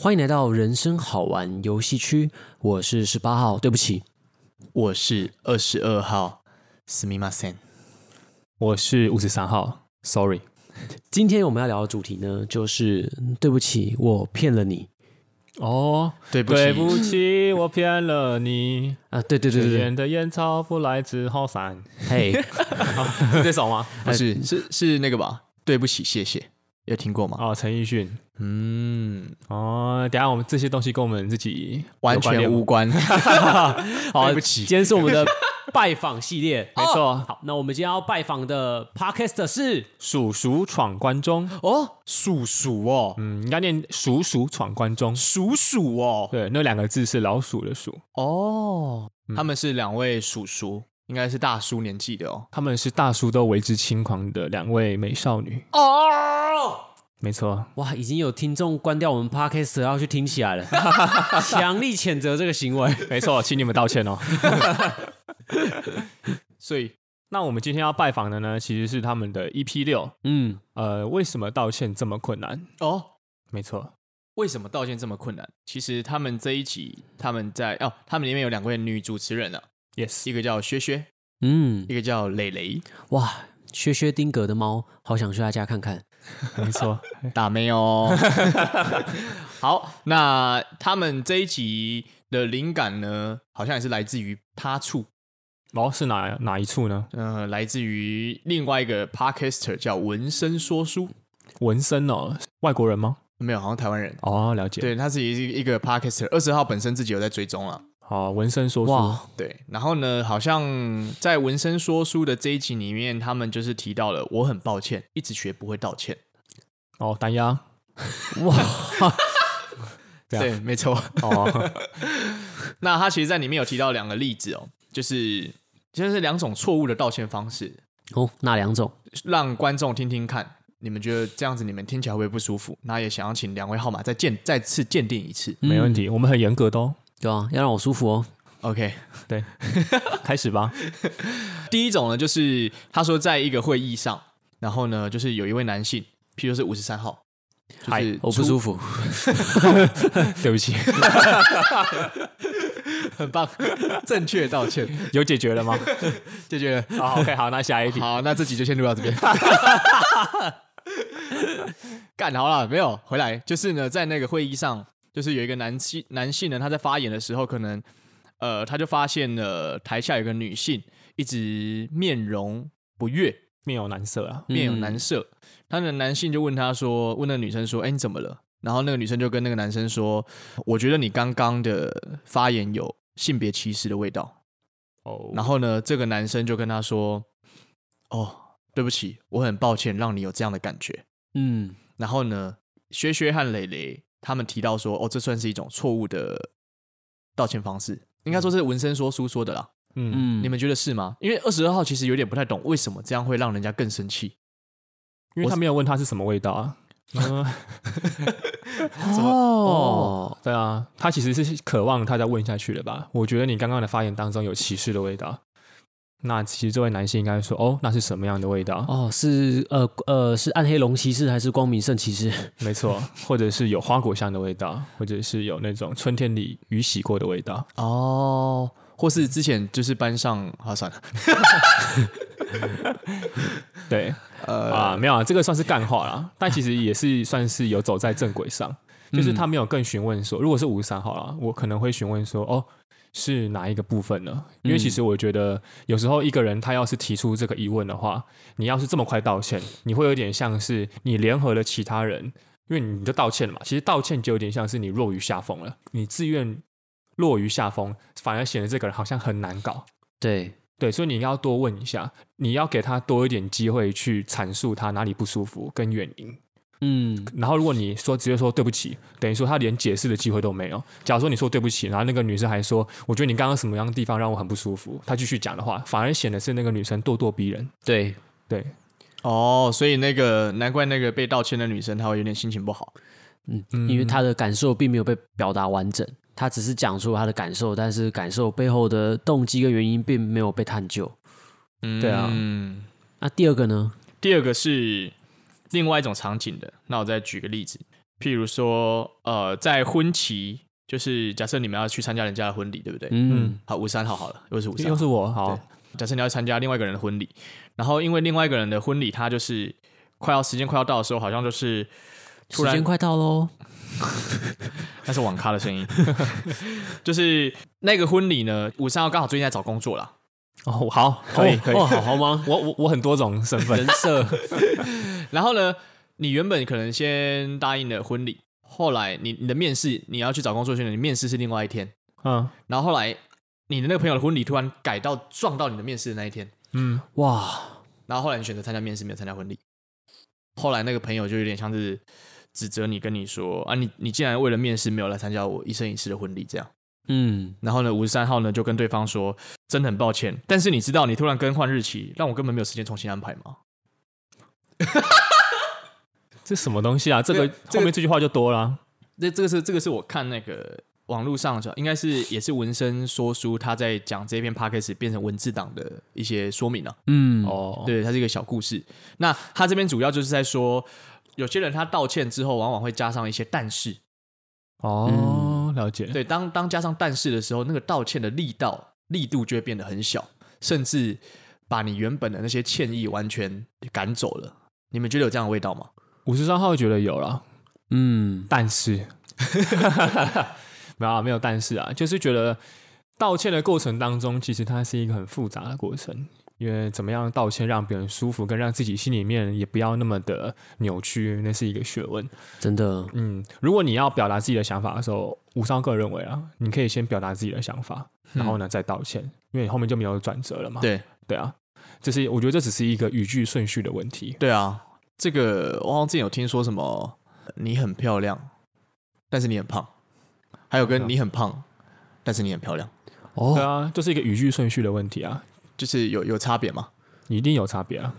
欢迎来到人生好玩游戏区，我是18号，对不起， 我是22号，すみません。 我是53号 ，Sorry。 今天我们要聊的主题呢，就是对不起，我骗了你哦， 对不起， 对不起，我骗了你。 啊！对对对对对， 烟的烟草不来自后山。 嘿， 是这首吗？ 不是是那个吧？对不起，谢谢，有听过吗？ 哦，陈奕迅。哦，等一下我们这些东西跟我们自己完全无关。 好， 对不起今天是我们的拜访系列， 没错好，那我们今天要拜访的 podcast 是鼠鼠闯关中。 哦，鼠鼠哦， 应该念鼠鼠闯关中。 鼠鼠哦， 对，那两个字是老鼠的鼠。 哦，他们是两位叔叔，应该是大叔年纪的哦。 他们是大叔都为之轻狂的两位美少女。 哦。 没错， 哇，已经有听众关掉我们 podcast 要去听起来了，强力谴责这个行为。 没错，请你们道歉哦。 所以， 那我们今天要拜访的呢，其实是他们的 EP6。为什么道歉这么困难？ 哦， 没错， 为什么道歉这么困难？其实他们这一集，他们里面有两位女主持人啊 ，yes， 一个叫薛薛，一个叫蕾蕾。 哇，薛薛丁格的猫，好想去他家看看。 没错， 打妹哦。好，那他们这一集的灵感呢，好像也是来自于他处， 哦，是哪一处呢？ 来自于另外一个 podcaster 叫文森说书， 文森哦，外国人吗？ 没有，好像台湾人。 哦，了解。 对，他是一个 podcaster，20号本身自己有在追踪了。 好，文森说书。 哇， 对，然后呢，好像在文森说书的这一集里面，他们就是提到了，我很抱歉，一直学不会道歉。 哦，单压。 哇， 对，没错。 哦， 那他其实在里面有提到两个例子哦，就是两种错误的道歉方式， 哦，哪两种？ 让观众听听看，你们觉得这样子你们听起来会不会不舒服？那也想要请两位号码再次鉴定一次。 没问题，我们很严格的哦。 对啊，要让我舒服哦。 OK， 对，开始吧。 第一种呢，就是他说在一个会议上，然后呢，就是有一位男性，譬如是53号，就是我不舒服。 对不起。 很棒，正确道歉， 有解决了吗？ 解决了。 好 ，OK， 好，那下一题。 好，那这集就先录到这边。干好了，没有回来，就是呢，在那个会议上，就是有一个男性呢，他在发言的时候，可能他就发现了台下有个女性一直面容不悦， 面有难色啊。 面有难色。他的男性就问那个女生说：“哎，你怎么了？”然后那个女生就跟那个男生说：“我觉得你刚刚的发言有性别歧视的味道。” 哦， 然后呢，这个男生就跟他说：“哦，对不起，我很抱歉让你有这样的感觉。”然后呢，薛薛和蕾蕾他们提到说：“哦，这算是一种错误的道歉方式，应该说是文森说书说的啦。”你们觉得是吗？因为22号其实有点不太懂为什么这样会让人家更生气， 因为他没有问他是什么味道啊。 哦， 对啊，他其实是渴望他再问下去的吧？我觉得你刚刚的发言当中有歧视的味道。那其实这位男性应该说：“哦，那是什么样的味道？” 哦，是是暗黑龙骑士还是光明圣骑士？ 没错，或者是有花果香的味道，或者是有那种春天里雨洗过的味道。 哦，或是之前就是班上算了。 对，没有啊，这个算是干话啦，但其实也是算是有走在正轨上，就是他没有更询问说，如果是53号啦，我可能会询问说，哦，是哪一个部分呢？因为其实我觉得有时候一个人他要是提出这个疑问的话，你要是这么快道歉，你会有点像是你联合了其他人，因为你就道歉了嘛，其实道歉就有点像是你落于下风了，你自愿落于下风，反而显得这个人好像很难搞。对，所以你要多问一下，你要给他多一点机会去阐述他哪里不舒服跟原因。然后如果你直接说对不起，等于说他连解释的机会都没有。假如说你说对不起，然后那个女生还说，我觉得你刚刚什么样的地方让我很不舒服，他继续讲的话，反而显得是那个女生咄咄逼人。 对， 哦，所以难怪那个被道歉的女生她会有点心情不好。 因为她的感受并没有被表达完整，她只是讲出她的感受，但是感受背后的动机跟原因并没有被探究。 对啊。 那第二个呢？ 第二个是另外一种场景的，那我再举个例子， 譬如说在婚期，就是假设你们要去参加人家的婚礼，对不对？好，53号好了，又是53号， 又是我。好， 假设你要参加另外一个人的婚礼，然后因为另外一个人的婚礼，他就是时间快要到的时候，好像就是突然时间快到喽。 那是网咖的声音，就是那个婚礼呢，53号刚好最近在找工作啦。 哦，好，可以， 好吗？ 我很多种身份人设。 然后呢，你原本可能先答应了婚礼，后来你的面试，你要去找工作去，你面试是另外一天，然后后来你的那个朋友的婚礼突然改到撞到你的面试的那一天， 哇！ 然后后来你选择参加面试，没有参加婚礼，后来那个朋友就有点像是指责你，跟你说啊，你竟然为了面试没有来参加我一生一世的婚礼，这样。然后呢，53号呢就跟对方说，真的很抱歉，但是你知道你突然更换日期，让我根本没有时间重新安排吗？ 这什么东西啊？这个后面这句话就多了。 这个是我看那个网络上应该也是文生说书，他在讲这篇 podcast 变成文字档的一些说明啊。对，它是一个小故事。那他这边主要就是在说，有些人他道歉之后，往往会加上一些但是。 了解。 对，当加上但是的时候，那个道歉的力度就会变得很小，甚至把你原本的那些歉意完全赶走了。你们觉得有这样的味道吗 ？53号觉得有啦。但是没有但是啊，就是觉得道歉的过程当中，其实它是一个很复杂的过程。因为怎么样道歉让别人舒服，跟让自己心里面也不要那么的扭曲，那是一个学问。 真的。 如果你要表达自己的想法的时候，53号个人认为啊，你可以先表达自己的想法，然后呢再道歉，因为后面就没有转折了嘛。对啊，我觉得这只是一个语句顺序的问题。 对啊，这个我好像之前有听说什么，你很漂亮，但是你很胖，还有跟你很胖，但是你很漂亮。 对啊，就是一个语句顺序的问题啊。 就是有差别吗？ 一定有差别啊。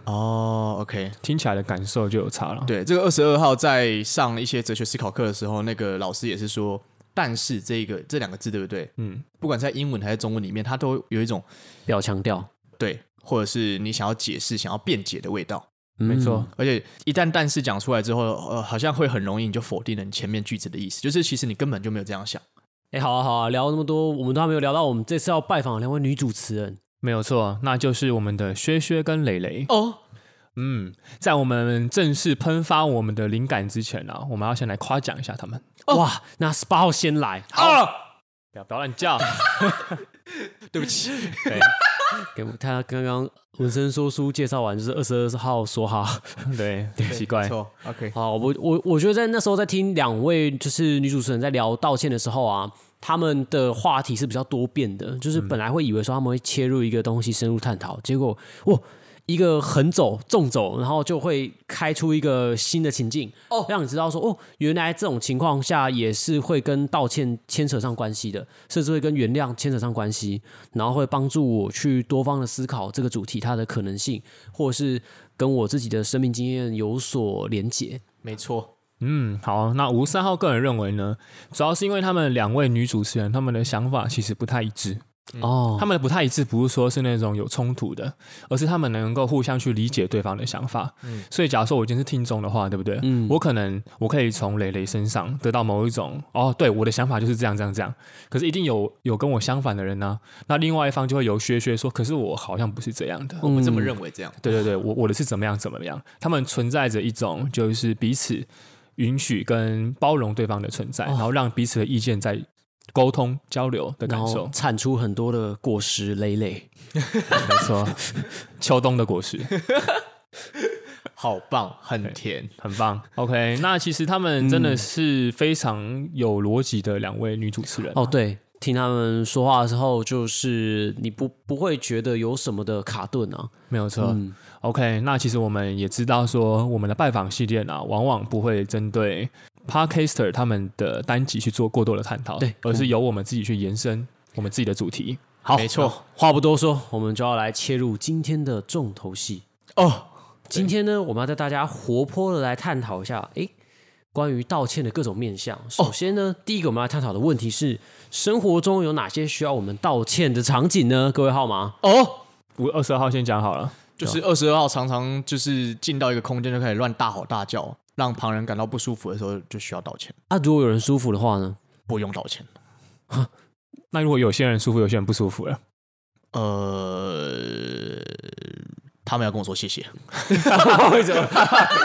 OK， 听起来的感受就有差了。 对，这个22号在上一些哲学思考课的时候，那个老师也是说，但是这两个字对不对？不管在英文还是中文里面，它都有一种表强调， 对，或者是你想要解释、想要辩解的味道。 没错， 而且一旦但是讲出来之后，好像会很容易你就否定了你前面句子的意思，就是其实你根本就没有这样想。 好啊，聊那么多，我们都还没有聊到我们这次要拜访的2位女主持人。 没有错，那就是我们的薛薛跟蕾蕾。在我们正式喷发我们的灵感之前啊，我们要先来夸奖一下他们。 哇，那18号先来。 好，不要乱叫。 对不起。 给他刚刚文生说书介绍完，就是22号说哈。 对，奇怪。 OK， 好，我觉得在那时候在听2位就是女主持人在聊道歉的时候啊，他们的话题是比较多变的，就是本来会以为说他们会切入一个东西深入探讨，结果一个横走纵走，然后就会开出一个新的情境，让你知道说原来这种情况下也是会跟道歉牵扯上关系的，甚至会跟原谅牵扯上关系，然后会帮助我去多方的思考这个主题它的可能性，或者是跟我自己的生命经验有所连结。 没错。 好，那53号个人认为呢，主要是因为他们2位女主持人他们的想法其实不太一致。他们的不太一致不是说是那种有冲突的，而是他们能够互相去理解对方的想法。所以假如说我今天是听众的话，对不对？我可以从蕾蕾身上得到某一种对，我的想法就是这样这样这样。可是一定有跟我相反的人呢，那另外一方就会由薛薛说，可是我好像不是这样的， 我们这么认为这样。 对，我的是怎么样怎么样。他们存在着一种就是彼此允许跟包容对方的存在，然后让彼此的意见在沟通交流的感受， 产出很多的果实累累。 没错，秋冬的果实。 好棒，很甜， 很棒。OK， 那其实他们真的是非常有逻辑的2位女主持人。 对，听他们说话的时候，就是你不会觉得有什么的卡顿啊。 没有错。OK， 那其实我们也知道说，我们的拜访系列啊，往往不会针对 Podcaster 他们的单集去做过多的探讨， 对， 而是由我们自己去延伸我们自己的主题。 好， 没错。 话不多说，我们就要来切入今天的重头戏。今天呢，我们要带大家活泼的来探讨一下，关于道歉的各种面向。首先呢，第一个我们要探讨的问题是，生活中有哪些需要我们道歉的场景呢？各位号码 22号先讲好了。 就是22号常常就是进到一个空间就开始乱大吼大叫， 让旁人感到不舒服的时候，就需要道歉。 如果有人舒服的话呢？ 不用道歉。 那如果有些人舒服，有些人不舒服了， 他们要跟我说谢谢。 为什么？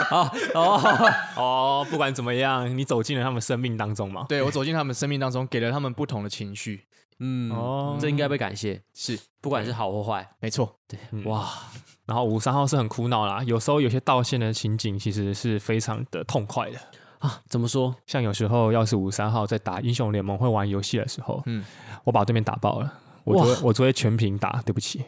不管怎么样，你走进了他们生命当中嘛。 对，我走进他们生命当中，给了他们不同的情绪。 这应该被感谢， 是， 不管是好或坏， 没错。 对，哇。 然后53号是很苦恼啦，有时候有些道歉的情景其实是非常的痛快的怎么说？ 像有时候要是53号在打英雄联盟会玩游戏的时候，我把对面打爆了，我就会全屏打对不起。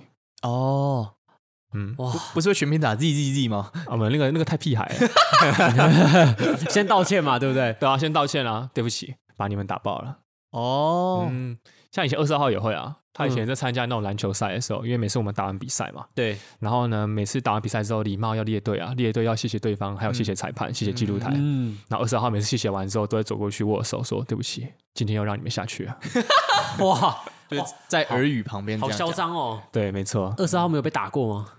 不是会全屏打 ZZZ 吗？ 那个太屁孩了。 先道歉嘛，对不对？ 对啊，先道歉啊，对不起，把你们打爆了。像以前22号也会啊，他以前在参加那种篮球赛的时候，因为每次我们打完比赛嘛， 对， 然后呢，每次打完比赛之后，礼貌要列队啊，列队要谢谢对方，还有谢谢裁判，谢谢记录台。然后22号每次谢谢完之后，都会走过去握手说对不起，今天又让你们下去了。 哇， 就是在耳语旁边， 好嚣张哦。 对，没错。 20号没有被打过吗？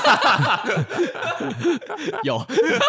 有。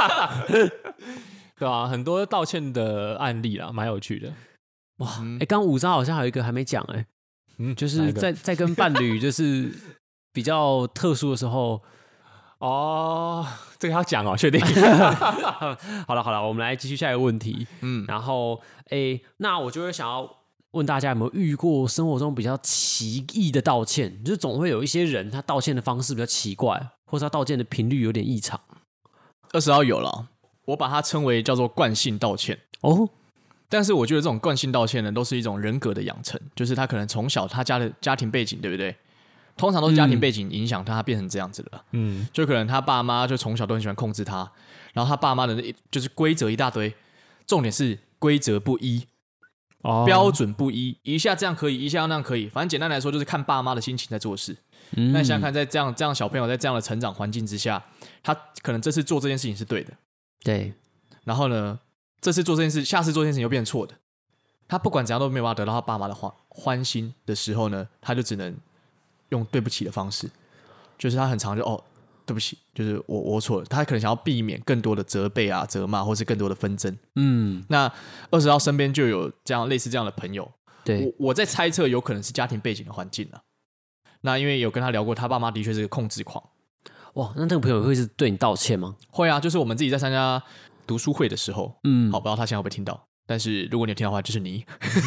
对啊，很多道歉的案例啦，蛮有趣的。 哇，刚53好像还有一个还没讲就是在跟伴侣就是比较特殊的时候， 这个要讲哦，确定？ 好了，我们来继续下一个问题。然后那我就会想要问大家有没有遇过生活中比较奇异的道歉？就是总会有一些人他道歉的方式比较奇怪，或是他道歉的频率有点异常。 20号有了，我把它称为叫做惯性道歉。但是我觉得这种惯性道歉呢，都是一种人格的养成，就是他可能从小他的家庭背景，对不对？通常都是家庭背景影响他变成这样子了。就可能他爸妈就从小都很喜欢控制他，然后他爸妈的就是规则一大堆，重点是规则不一，标准不一，一下这样可以，一下那样可以，反正简单来说就是看爸妈的心情在做事。那你想想看，在这样小朋友在这样的成长环境之下，他可能这次做这件事情是对的， 对， 然后呢？这次做这件事，下次做这件事情又变错的，他不管怎样都没有办法得到他爸妈的欢心的时候呢，他就只能用对不起的方式，就是他很常就对不起，就是我错了，他可能想要避免更多的责备啊、责骂，或是更多的纷争。那20号身边就有类似这样的朋友， 对， 我在猜测有可能是家庭背景的环境啊。那因为有跟他聊过，他爸妈的确是个控制狂。 哇，那这个朋友会是对你道歉吗？ 会啊，就是我们自己在参加读书会的时候，好，不知道他现在会不会听到，但是如果你有听到的话，就是你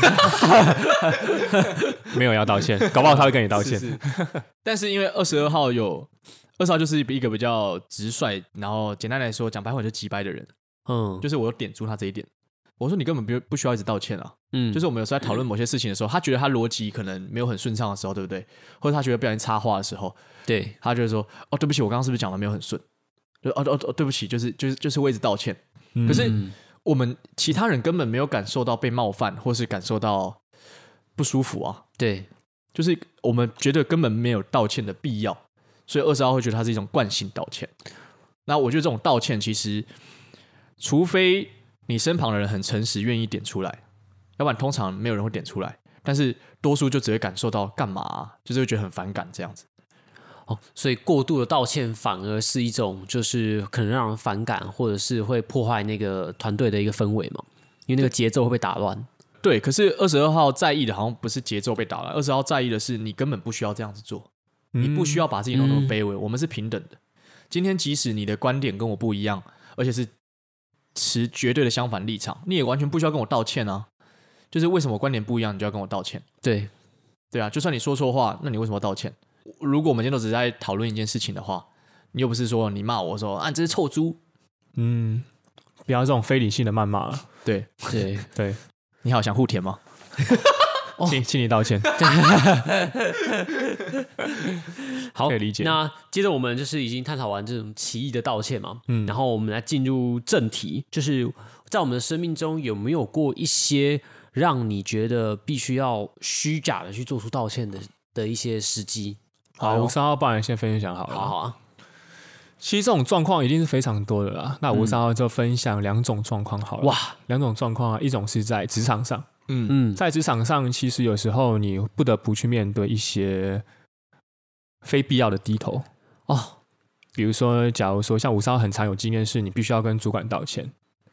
没有要道歉，搞不好他会跟你道歉。 是但是因为22号就是一个比较直率，然后简单来说讲白话就鸡掰的人，就是我有点出他这一点。我说你根本不需要一直道歉啊，就是我们有时候在讨论某些事情的时候，他觉得他逻辑可能没有很顺畅的时候，对不对？或者他觉得不小心插话的时候， 对， 他就会说对不起，我刚刚是不是讲的没有很顺？对不起，就是我一直道歉。可是我们其他人根本没有感受到被冒犯，或是感受到不舒服啊。 对， 就是我们觉得根本没有道歉的必要，所以20号会觉得它是一种惯性道歉。那我觉得这种道歉其实，除非你身旁的人很诚实，愿意点出来，要不然通常没有人会点出来。但是多数就只会感受到干嘛，就是会觉得很反感这样子。 所以过度的道歉反而是一种就是可能让人反感，或者是会破坏那个团队的一个氛围嘛，因为那个节奏会被打乱。 对，可是22号在意的好像不是节奏被打乱，20号在意的是你根本不需要这样子做，你不需要把自己弄那么卑微，我们是平等的。今天即使你的观点跟我不一样，而且是持绝对的相反立场，你也完全不需要跟我道歉啊。就是为什么观点不一样，你就要跟我道歉？ 对啊，就算你说错话，那你为什么要道歉？如果我们今天都只是在讨论一件事情的话，你又不是说你骂我说你这是臭猪， 不要这种非理性的谩骂了。 对， 你好，想互舔吗？ 请你道歉。 好， 可以理解。 那接着我们就是已经探讨完这种奇异的道歉嘛，然后我们来进入正题，就是在我们的生命中有没有过一些让你觉得必须要虚假的去做出道歉的一些时机？ 好，53号帮你先分享好了。 好啊。 其实这种状况一定是非常多的啦。那53号就分享2种状况好了。哇，2种状况啊，一种是在职场上，在职场上，其实有时候你不得不去面对一些非必要的低头比如说，假如说像53号很常有经验是，你必须要跟主管道歉，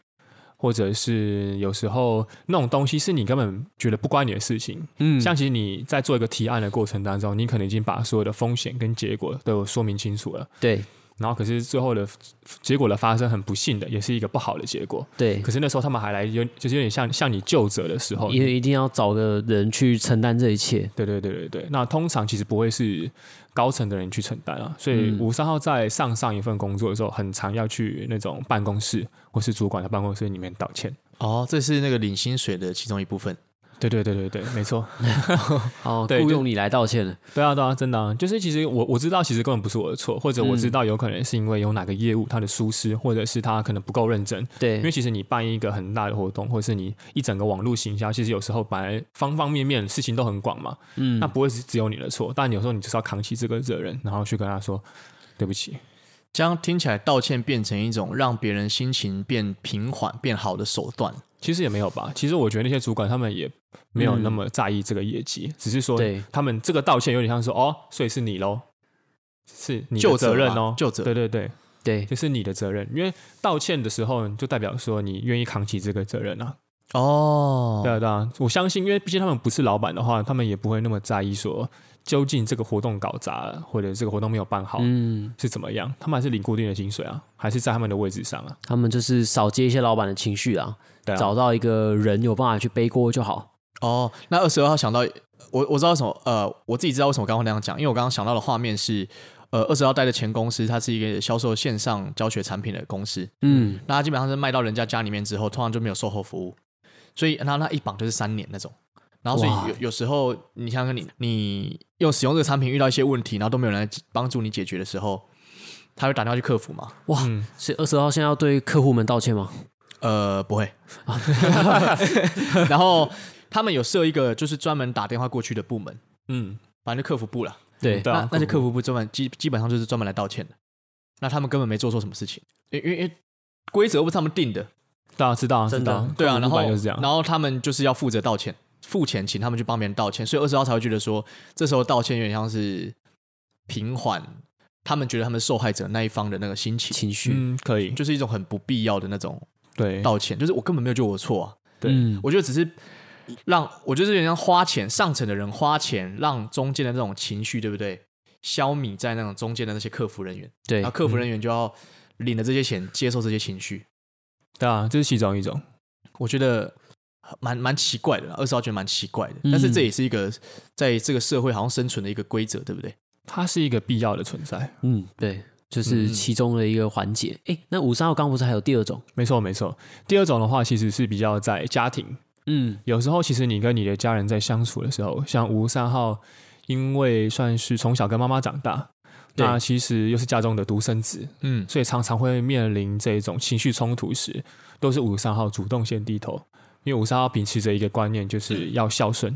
或者是有时候那种东西是你根本觉得不关你的事情。像其实你在做一个提案的过程当中，你可能已经把所有的风险跟结果都有说明清楚了。 对。 然后可是最后的结果的发生很不幸的，也是一个不好的结果。 对。 可是那时候他们还来就是有点像你究责的时候， 因为一定要找个人去承担这一切。 对。那通常其实不会是高层的人去承担啊，所以53号在上一份工作的时候，很常要去那种办公室或是主管的办公室里面道歉。 哦，这是那个领薪水的其中一部分。 对，没错。 哦，雇佣你来道歉了。 对啊，真的啊，就是其实我知道，其实根本不是我的错，或者我知道有可能是因为有哪个业务他的疏失，或者是他可能不够认真。 对， 因为其实你办一个很大的活动，或者是你一整个网络行销，其实有时候本来方方面面事情都很广嘛，那不会是只有你的错，但有时候你就是要扛起这个责任，然后去跟他说对不起。 这样听起来，道歉变成一种让别人心情变平缓、变好的手段。 其实也没有吧，其实我觉得那些主管他们也没有那么在意这个业绩，只是说他们这个道歉有点像说哦，所以是你咯，是你的责任哦， 就责， 对，就是你的责任，因为道歉的时候就代表说你愿意扛起这个责任啊。 哦， 对啊，我相信，因为毕竟他们不是老板的话，他们也不会那么在意说究竟这个活动搞砸了，或者这个活动没有办好，是怎么样？他们还是领固定的薪水啊，还是在他们的位置上啊？ 他们就是少接一些老板的情绪啊，找到一个人有办法去背锅就好。 哦，那22号想到我知道为什么我自己知道为什么刚刚那样讲，因为我刚刚想到的画面是20号待的前公司，它是一个销售线上教学产品的公司，那它基本上是卖到人家家里面之后，通常就没有售后服务，所以那一绑就是3年那种。然后所以有时候你想想你用使用这个产品遇到一些问题，然后都没有人来帮助你解决的时候，他会打电话去客服嘛？ 哇，所以20号现在要对客户们道歉吗？ 不会。然后他们有设一个就是专门打电话过去的部门，反正就客服部啦。 对， 那些客服部专门基本上就是专门来道歉的。那他们根本没做错什么事情，因为规则不是他们定的。 大家知道， 真的对啊。 然后他们就是要负责道歉，付钱请他们去帮别人道歉，所以20号才会觉得说，这时候道歉有点像是平缓他们觉得他们受害者那一方的那个心情情绪， 可以， 就是一种很不必要的那种道歉， 对， 就是我根本没有觉得我错啊。 对， 我觉得只是我觉得有点像花钱，上层的人花钱让中间的那种情绪，对不对？消弭在那种中间的那些客服人员， 对， 然后客服人员就要领了这些钱，接受这些情绪。 对啊，这是其中一种。 我觉得蛮奇怪的，20号觉得蛮奇怪的，但是这也是一个在这个社会好像生存的一个规则，对不对？ 它是一个必要的存在。 对，就是其中的一个环节。那53号刚不是还有第二种？ 没错，第二种的话其实是比较在家庭。有时候其实你跟你的家人在相处的时候，像53号，因为算是从小跟妈妈长大，那其实又是家中的独生子，所以常常会面临这种情绪冲突时，都是53号主动先低头，因为53号秉持着一个观念，就是要孝顺。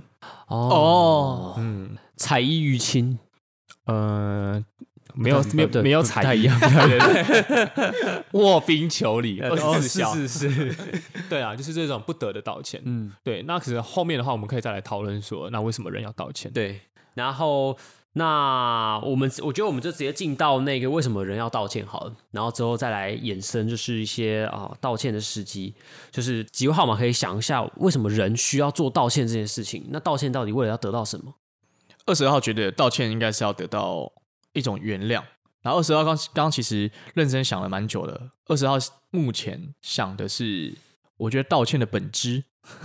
彩衣娱亲， 没有彩一样，卧冰求鲤，24孝，是，对啊，就是这种不得的道歉。对，那可是后面的话，我们可以再来讨论说，那为什么人要道歉？ 对，然后那我觉得我们就直接进到那个为什么人要道歉好了，然后之后再来衍生就是一些道歉的时机，就是几位号码可以想一下为什么人需要做道歉这件事情，那道歉到底为了要得到什么 ？22号觉得道歉应该是要得到一种原谅，然后20号刚刚其实认真想了蛮久的。20号目前想的是，我觉得道歉的本质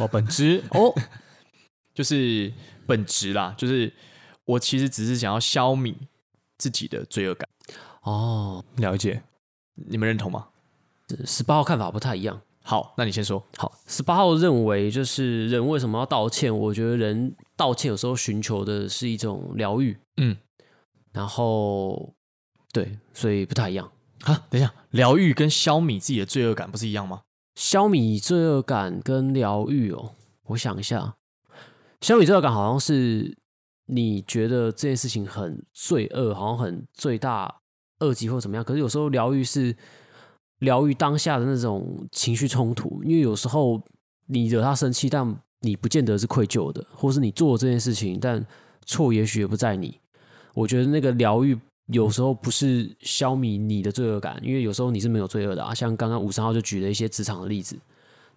就是本质啦，就是我其实只是想要消弭自己的罪恶感。 了解， 你们认同吗 ？18号看法不太一样。 好，那你先说。 好，18号认为就是人为什么要道歉？我觉得人道歉有时候寻求的是一种疗愈。然后对，所以不太一样。 等一下，疗愈跟消弭自己的罪恶感不是一样吗？ 消弭罪恶感跟疗愈我想一下，消弭罪恶感好像是你觉得这件事情很罪恶，好像很罪大恶极或怎么样。可是有时候疗愈是疗愈当下的那种情绪冲突，因为有时候你惹他生气，但你不见得是愧疚的，或是你做了这件事情，但错也许也不在你。我觉得那个疗愈有时候不是消弭你的罪恶感，因为有时候你是没有罪恶的啊。像刚刚53号就举了一些职场的例子，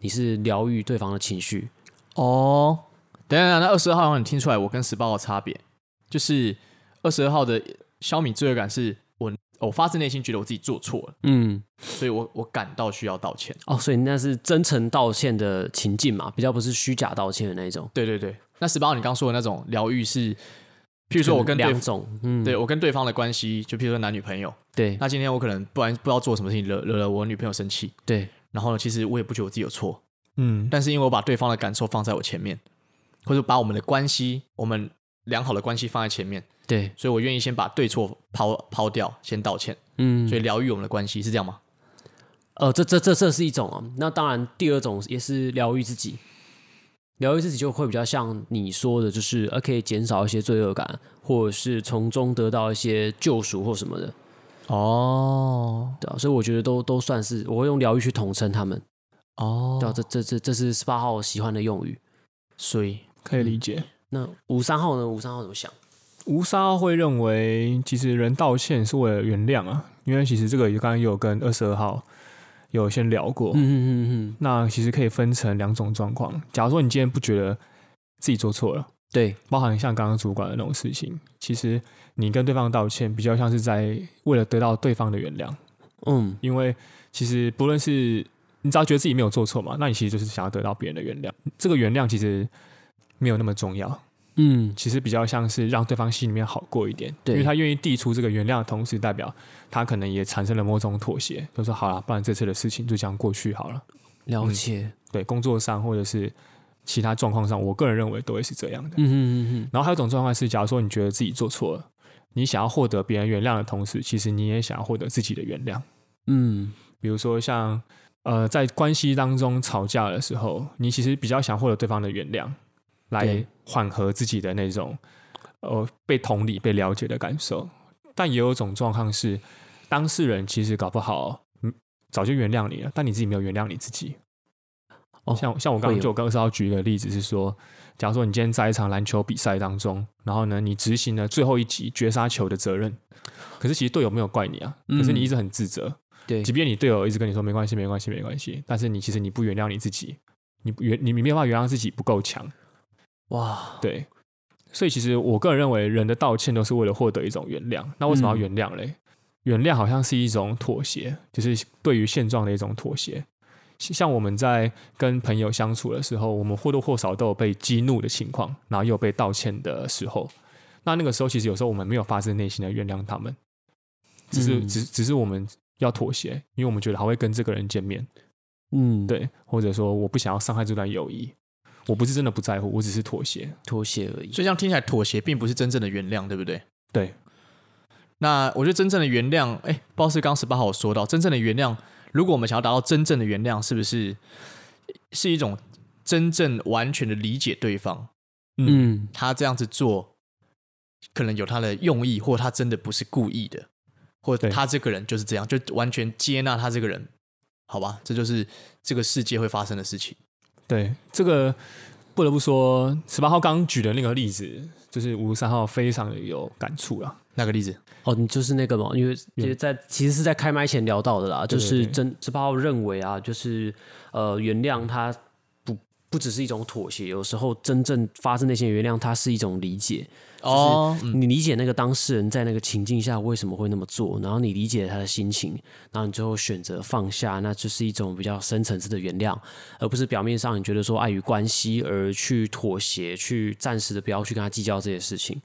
你是疗愈对方的情绪。 哦，等一下，那22号你听出来我跟18号的差别，就是22号的消弭罪恶感是我发自内心觉得我自己做错了，所以我感到需要道歉。 哦，所以那是真诚道歉的情境嘛，比较不是虚假道歉的那一种。 对对对，那18号你刚说的那种疗愈是，譬如说我跟两种， 对我跟对方的关系，就譬如说男女朋友， 对， 那今天我可能不知道做什么事情惹了我女朋友生气， 对， 然后呢，其实我也不觉得我自己有错，但是因为我把对方的感受放在我前面，或者把我们的关系，我们良好的关系放在前面， 对， 所以我愿意先把对错抛掉，先道歉，所以疗愈我们的关系是这样吗？ 这是一种啊。那当然，第二种也是疗愈自己。疗愈自己就会比较像你说的，就是可以减少一些罪恶感，或者是从中得到一些救赎或什么的。 哦， 对啊，所以我觉得都算是，我会用疗愈去统称他们。 哦， 对啊，这是18号喜欢的用语， 所以可以理解。 那53号呢？53号怎么想 ？53号会认为，其实人道歉是为了原谅啊，因为其实这个刚刚也有跟22号有先聊过。那其实可以分成2种状况。假如说你今天不觉得自己做错了， 对， 包含像刚刚主管的那种事情，其实你跟对方道歉，比较像是在为了得到对方的原谅。因为其实不论是你只要觉得自己没有做错嘛，那你其实就是想要得到别人的原谅。这个原谅其实没有那么重要。其实比较像是让对方心里面好过一点，因为他愿意递出这个原谅的同时，代表他可能也产生了某种妥协，就说好了，不然这次的事情就这样过去好了。 了解。 对，工作上或者是其他状况上，我个人认为都会是这样的。然后还有一种状况是，假如说你觉得自己做错了，你想要获得别人原谅的同时，其实你也想要获得自己的原谅。比如说像在关系当中吵架的时候，你其实比较想获得对方的原谅，来缓和自己的那种被同理、被了解的感受。但也有一种状况是，当事人其实搞不好早就原谅你了，但你自己没有原谅你自己。像我刚刚就跟22号举一个例子是说，假如说你今天在一场篮球比赛当中，然后呢你执行了最后一击绝杀球的责任，可是其实队友没有怪你啊，可是你一直很自责。对，即便你队友一直跟你说没关系没关系没关系，但是其实你不原谅你自己，你没有办法原谅自己不够强。哇，对，所以其实我个人认为，人的道歉都是为了获得一种原谅。那为什么要原谅嘞？原谅好像是一种妥协，就是对于现状的一种妥协。像我们在跟朋友相处的时候，我们或多或少都有被激怒的情况，然后又有被道歉的时候。那个时候，其实有时候我们没有发自内心的原谅他们，只是我们要妥协，因为我们觉得还会跟这个人见面。对，或者说我不想要伤害这段友谊。我不是真的不在乎，我只是妥协而已。 所以这样听起来，妥协并不是真正的原谅，对不对？ 对。 那我觉得真正的原谅，不知道是刚18号有说到，真正的原谅，如果我们想要达到真正的原谅，是不是一种真正完全的理解对方？他这样子做，可能有他的用意，或他真的不是故意的，或者他这个人就是这样，就完全接纳他这个人，好吧？这就是这个世界会发生的事情。 对，这个不得不说，18号刚举的那个例子，就是53号非常的有感触啦。 那个例子？ 你就是那个嘛，因为其实是在开麦前聊到的啦，就是18号认为啊，就是原谅它不只是一种妥协，有时候真正发自内心的原谅，它是一种理解。就是你理解那个当事人在那个情境下为什么会那么做，然后你理解他的心情，然后你最后选择放下，那就是一种比较深层次的原谅，而不是表面上你觉得说碍于关系而去妥协，去暂时的不要去跟他计较这些事情。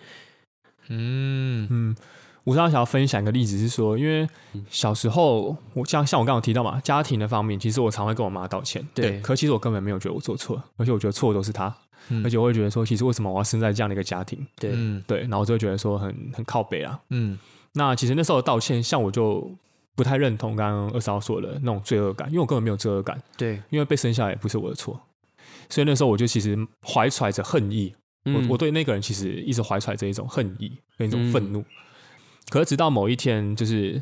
我想要分享一个例子是说，因为小时候像我刚刚有提到嘛，家庭的方面，其实我常会跟我妈道歉，对，可其实我根本没有觉得我做错，而且我觉得错的都是她。而且我会觉得说，其实为什么我要生在这样的一个家庭？对，然后我就会觉得说很靠北啦。那其实那时候的道歉，像我就不太认同刚刚20号说的那种罪恶感，因为我根本没有罪恶感。对，因为被生下来也不是我的错，所以那时候我就其实怀揣着恨意。我对那个人其实一直怀揣着一种恨意跟一种愤怒。可是直到某一天，就是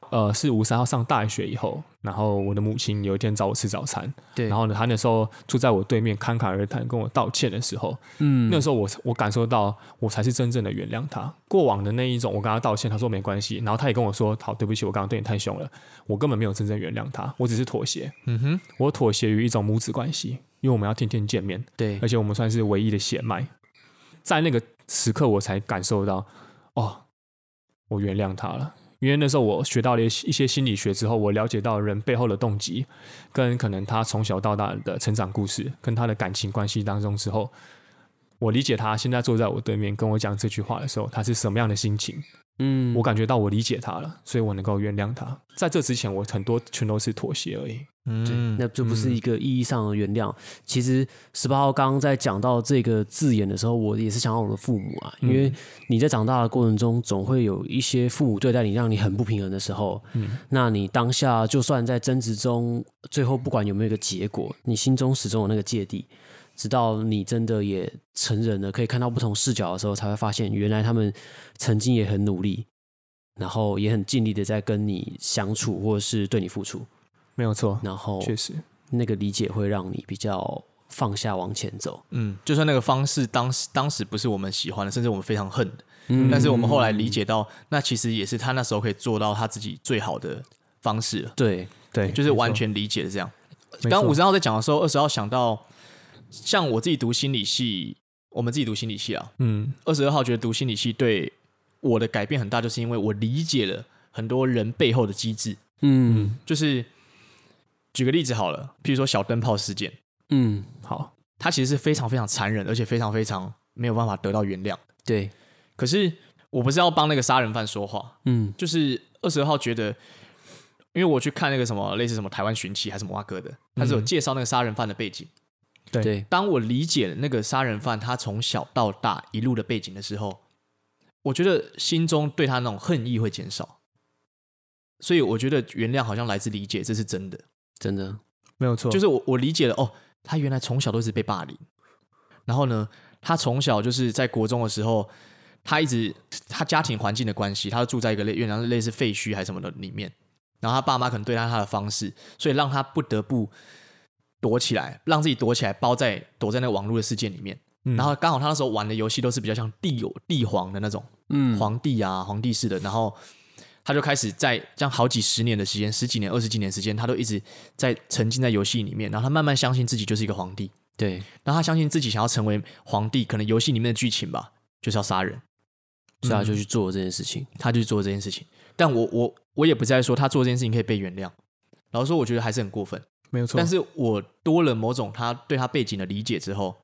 是53号上大学以后，然后我的母亲有一天找我吃早餐， 对， 然后呢，她那时候坐在我对面侃侃而谈，跟我道歉的时候，那时候我感受到我才是真正的原谅她。过往的那一种，我跟她道歉，她说没关系，然后她也跟我说，好，对不起，我刚刚对你太凶了，我根本没有真正原谅她，我只是妥协。我妥协于一种母子关系，因为我们要天天见面， 对， 而且我们算是唯一的血脉，在那个时刻我才感受到，哦，我原谅她了。因为那时候我学到了一些心理学之后，我了解到人背后的动机，跟可能他从小到大的成长故事，跟他的感情关系当中之后，我理解他现在坐在我对面跟我讲这句话的时候，他是什么样的心情。我感觉到我理解他了，所以我能够原谅他。在这之前，我很多全都是妥协而已。 对，那就不是一个意义上的原谅。其实18号刚刚在讲到这个字眼的时候，我也是想到我的父母啊，因为你在长大的过程中，总会有一些父母对待你让你很不平衡的时候，那你当下就算在争执中，最后不管有没有一个结果，你心中始终有那个芥蒂。直到你真的也成人了，可以看到不同视角的时候，才会发现原来他们曾经也很努力，然后也很尽力的在跟你相处，或者是对你付出。 没有错， 然后确实那个理解会让你比较放下往前走。 就算那个方式当时不是我们喜欢的，甚至我们非常恨的，但是我们后来理解到，那其实也是他那时候可以做到他自己最好的方式了。 对， 就是完全理解的这样。刚刚53号在讲的时候，20号想到，像我自己读心理系，我们自己读心理系啊，22号觉得读心理系对我的改变很大，就是因为我理解了很多人背后的机制。就是举个例子好了，譬如说小灯泡事件，好，它其实是非常非常残忍，而且非常非常没有办法得到原谅。 对， 可是我不是要帮那个杀人犯说话，就是22号觉得，因为我去看那个什么类似什么台湾寻奇还是什么蛙哥的，他是有介绍那个杀人犯的背景。 对， 当我理解了那个杀人犯他从小到大一路的背景的时候，我觉得心中对他那种恨意会减少。所以我觉得原谅好像来自理解，这是真的， 真的没有错。 就是我理解了，哦，他原来从小都是被霸凌，然后呢，他从小就是在国中的时候，他家庭环境的关系，他住在一个原来类似废墟还是什么的里面，然后他爸妈可能对他的方式，所以让他不得不躲起来，让自己躲起来，躲在那个网络的世界里面。然后刚好他那时候玩的游戏都是比较像帝皇的那种，皇帝啊，皇帝式的，然后他就开始在这样好几十年的时间，10几年、20几年时间，他都一直在沉浸在游戏里面，然后他慢慢相信自己就是一个皇帝。 对， 然后他相信自己想要成为皇帝，可能游戏里面的剧情吧，就是要杀人， 所以他就去做这件事情， 他就去做这件事情。但我也不在说他做这件事情可以被原谅，老实说，我觉得还是很过分， 没有错。 但是我多了某种他对他背景的理解之后，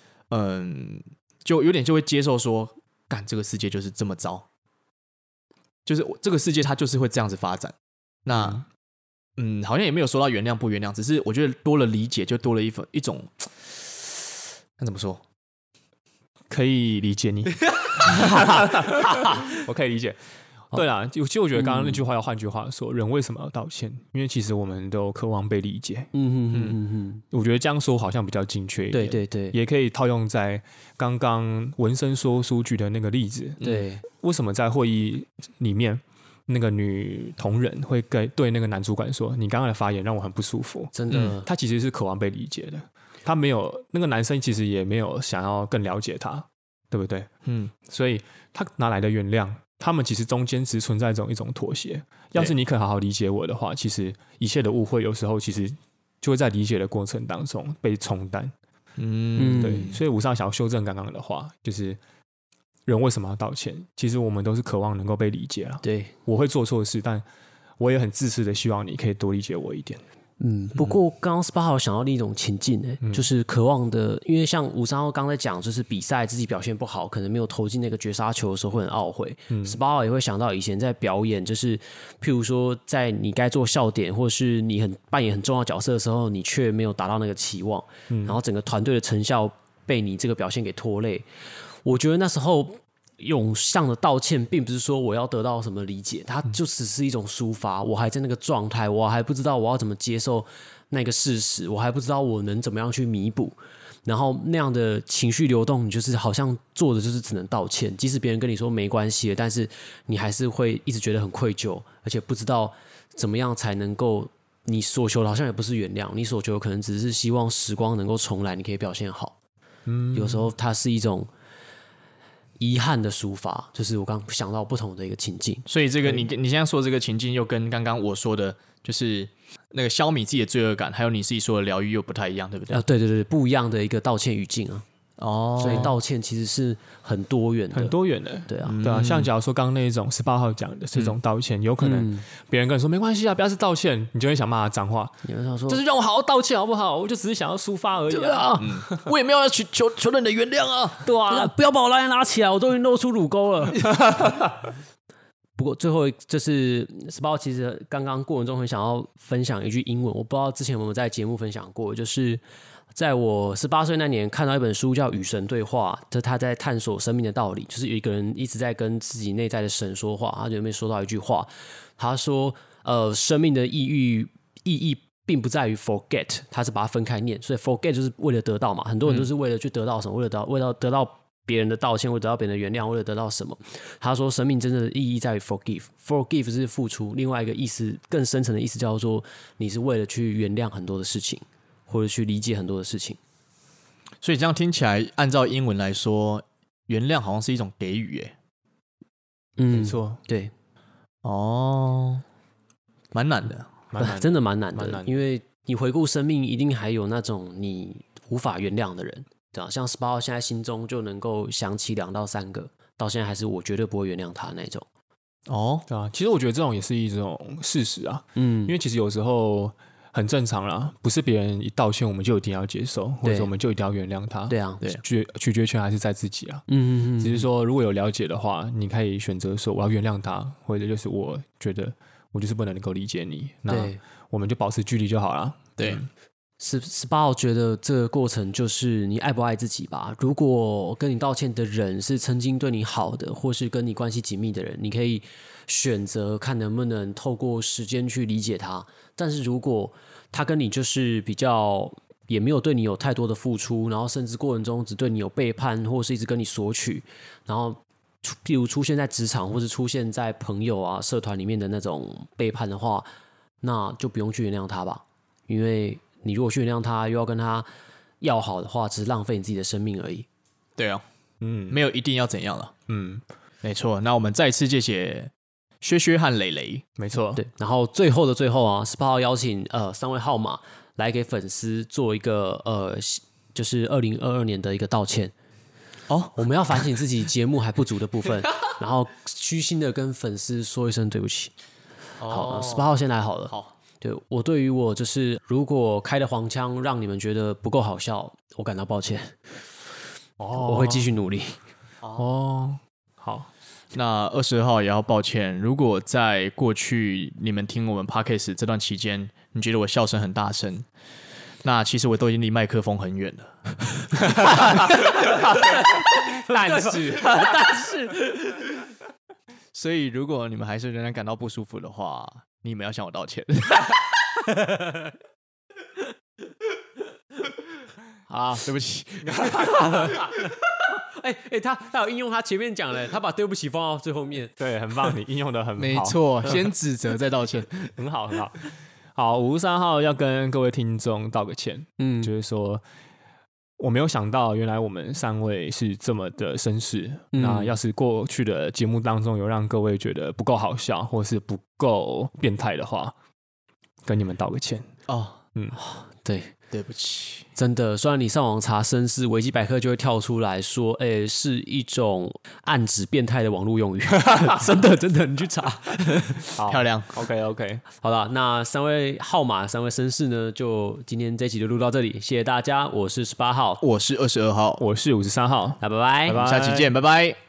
就有点就会接受说，干这个世界就是这么糟。就是这个世界它就是会这样子发展，那好像也没有说到原谅不原谅，只是我觉得多了理解，就多了一种，那怎么说？ 可以理解你，我可以理解。对啦，其实我觉得刚刚那句话要换句话说，人为什么要道歉？因为其实我们都渴望被理解。我觉得这样说好像比较精确一点。 对， 也可以套用在刚刚文生说书举的那个例子。 对， 为什么在会议里面，那个女同仁会对那个男主管说：“你刚刚的发言让我很不舒服。” 真的， 他其实是渴望被理解的。他没有那个男生其实也没有想要更了解他，对不对？所以他哪来的原谅？他们其实中间只存在一种妥协。要是你肯好好理解我的话，其实一切的误会有时候其实就会在理解的过程当中被冲淡。对，所以53想要修正刚刚的话，就是人为什么要道歉？其实我们都是渴望能够被理解了。 对， 我会做错事，但我也很自私的希望你可以多理解我一点。 不过刚刚18号想到另一种情境就是渴望的，因为像53号刚才讲，就是比赛自己表现不好，可能没有投进那个绝杀球的时候会很懊悔。18号也会想到以前在表演，就是譬如说在你该做笑点，或是你扮演很重要角色的时候，你却没有达到那个期望，然后整个团队的成效被你这个表现给拖累。我觉得那时候涌上的道歉并不是说我要得到什么理解，它就只是一种抒发。我还在那个状态，我还不知道我要怎么接受那个事实，我还不知道我能怎么样去弥补。 然后那样的情绪流动，你就是好像做的就是只能道歉，即使别人跟你说没关系了，但是你还是会一直觉得很愧疚，而且不知道怎么样才能够，你所求的好像也不是原谅，你所求的可能只是希望时光能够重来，你可以表现好。有时候它是一种遗憾的抒发，就是我刚想到不同的一个情境。 所以这个你现在说这个情境又跟刚刚我说的，就是那个消弭自己的罪恶感，还有你自己说的疗愈又不太一样，对不对？ 对对对，不一样的一个道歉语境啊。所以道歉其实是很多元的， 很多元的， 对啊， 对啊。像假如说刚刚那种18号讲的这种道歉，有可能别人跟你说没关系啊，不要是道歉，你就会想骂他脏话， 你会想说就是让我好好道歉好不好？我就只是想要抒发而已对啊， 我也没有要求你的原谅啊， 对啊，不要把我拉起来，我都已经露出乳沟了。不过最后就是18号，其实刚刚过程中很想要分享一句英文，我不知道之前有没有在节目分享过，就是在我18岁那年看到一本书叫《与神对话》，就他在探索生命的道理，就是有一个人一直在跟自己内在的神说话，他里面说到一句话，他说生命的意义并不在于 forget， 他是把它分开念，所以 forget 就是为了得到嘛，很多人都是为了去得到什么，为了得到别人的道歉，为了得到别人的原谅，为了得到什么？他说，生命真正的意义在于 forgive 是付出，另外一个意思更深层的意思叫做你是为了去原谅很多的事情，或者去理解很多的事情。 所以这样听起来，按照英文来说，原谅好像是一种给予，耶。 没错， 对， 蛮难的， 真的蛮难的，因为你回顾生命，一定还有那种你无法原谅的人。对啊，像18号现在心中就能够想起2到3个，到现在还是我绝对不会原谅他那种。 对啊，其实我觉得这种也是一种事实啊，因为其实有时候很正常啦，不是别人一道歉我们就一定要接受，或者我们就一定要原谅他。 对啊， 对，取决权还是在自己啊。只是说如果有了解的话，你可以选择说我要原谅他，或者就是我觉得我就是不能够理解你，那我们就保持距离就好了。 对。 18号觉得这个过程就是你爱不爱自己吧。如果跟你道歉的人是曾经对你好的，或是跟你关系紧密的人，你可以选择看能不能透过时间去理解他。但是如果他跟你就是比较也没有对你有太多的付出，然后甚至过程中只对你有背叛，或是一直跟你索取，然后譬如出现在职场或是出现在朋友啊社团里面的那种背叛的话，那就不用去原谅他吧。因为你如果去原谅他，又要跟他要好的话，只是浪费你自己的生命而已。 对啊，没有一定要怎样了。没错。那我们再次谢谢薛和蕾蕾。 没错， 对。然后最后的最后啊，18号邀请3位号码来给粉丝做一个就是2022年的一个道歉。我们要反省自己节目还不足的部分，然后虚心的跟粉丝说一声对不起。好，18号先来好了。 好。 对，我对于我就是如果开的黄腔让你们觉得不够好笑，我感到抱歉。我会继续努力。 好。 那22号也要抱歉，如果在过去你们听我们 Podcast 这段期间，你觉得我笑声很大声，那其实我都已经离麦克风很远了。 但是， 所以如果你们还是仍然感到不舒服的话，你们要向我道歉。好，对不起。 他有应用他前面讲的，他把对不起放到最后面。 对，很棒，你应用的很好。 没错，先指责再道歉。 很好。好，553号要跟各位听众道个歉。就是说我没有想到原来我们3位是这么的绅士。那要是过去的节目当中有让各位觉得不够好笑或是不够变态的话，跟你们道个歉。 对不起， 真的。虽然你上网查绅士，维基百科就会跳出来说，是一种暗指变态的网络用语。真的，你去查。 漂亮。 OK。 好了，那3位号码，3位绅士呢，就今天这一集就录到这里，谢谢大家。我是18号， 我是22号， 我是53号。 那拜拜， 下期见，拜拜。